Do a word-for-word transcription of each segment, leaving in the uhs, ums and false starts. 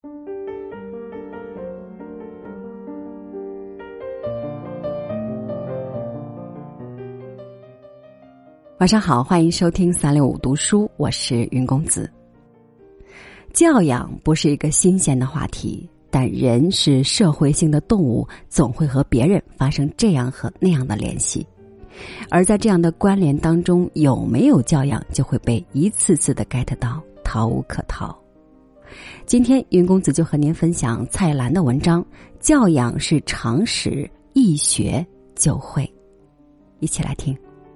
晚上好，欢迎收听三六五读书，我是云公子。教养不是一个新鲜的话题，但人是社会性的动物，总会和别人发生这样和那样的联系，而在这样的关联当中，有没有教养就会被一次次的 get 到，逃无可逃。今天云公子就和您分享蔡澜的文章，教养是常识，一学就会。一起来听。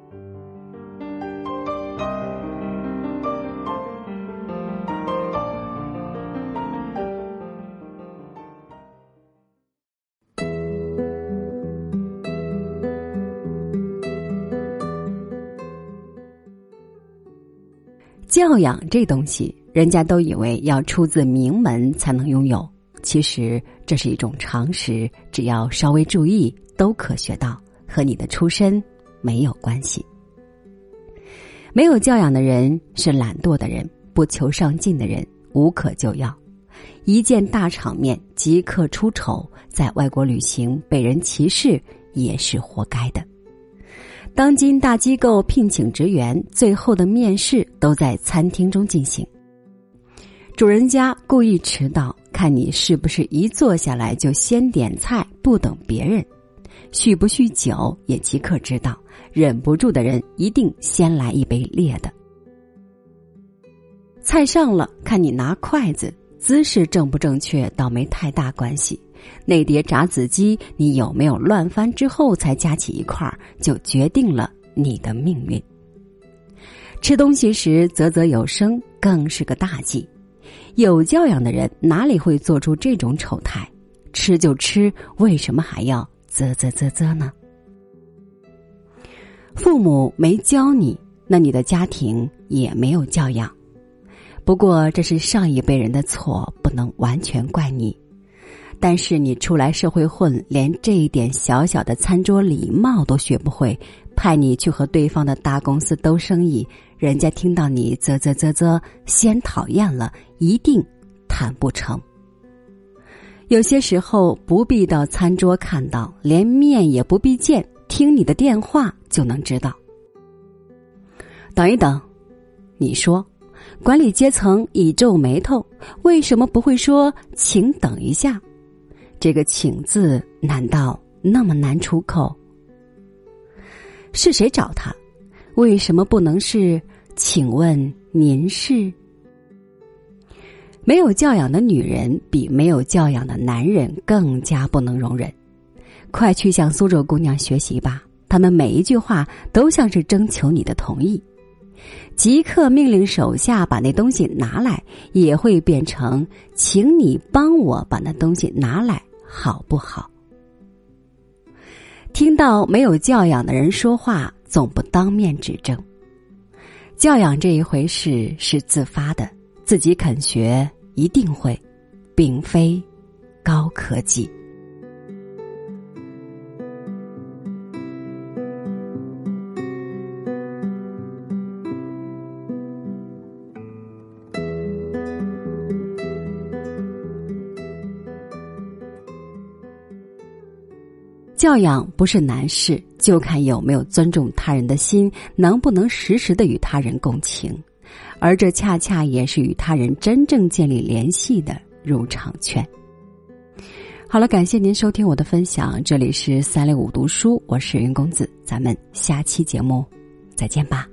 教养这东西，人家都以为要出自名门才能拥有，其实这是一种常识，只要稍微注意都可学到，和你的出身没有关系。没有教养的人是懒惰的人，不求上进的人，无可救药。一见大场面即刻出丑，在外国旅行被人歧视也是活该的。当今大机构聘请职员，最后的面试都在餐厅中进行。主人家故意迟到，看你是不是一坐下来就先点菜，不等别人。酗不酗酒也即刻知道，忍不住的人一定先来一杯烈的。菜上了，看你拿筷子，姿势正不正确倒没太大关系。那碟炸子鸡你有没有乱翻之后才夹起一块，就决定了你的命运。吃东西时啧啧有声更是个大忌，有教养的人哪里会做出这种丑态？吃就吃，为什么还要啧啧啧啧呢？父母没教你，那你的家庭也没有教养。不过这是上一辈人的错，不能完全怪你。但是你出来社会混，连这一点小小的餐桌礼貌都学不会，派你去和对方的大公司兜生意，人家听到你啧啧啧啧，先讨厌了，一定谈不成。有些时候不必到餐桌看到，连面也不必见，听你的电话就能知道。等一等，你说管理阶层一皱眉头，为什么不会说请等一下？这个请字难道那么难出口？是谁找他？为什么不能是请问您是？没有教养的女人比没有教养的男人更加不能容忍。快去向苏州姑娘学习吧，她们每一句话都像是征求你的同意。即刻命令手下把那东西拿来，也会变成请你帮我把那东西拿来，好不好？听到没有教养的人说话，总不当面指正。教养这一回事是自发的，自己肯学一定会，并非高科技。教养不是难事，就看有没有尊重他人的心，能不能时时的与他人共情，而这恰恰也是与他人真正建立联系的入场券。好了，感谢您收听我的分享，这里是三六五读书，我是云公子，咱们下期节目再见吧。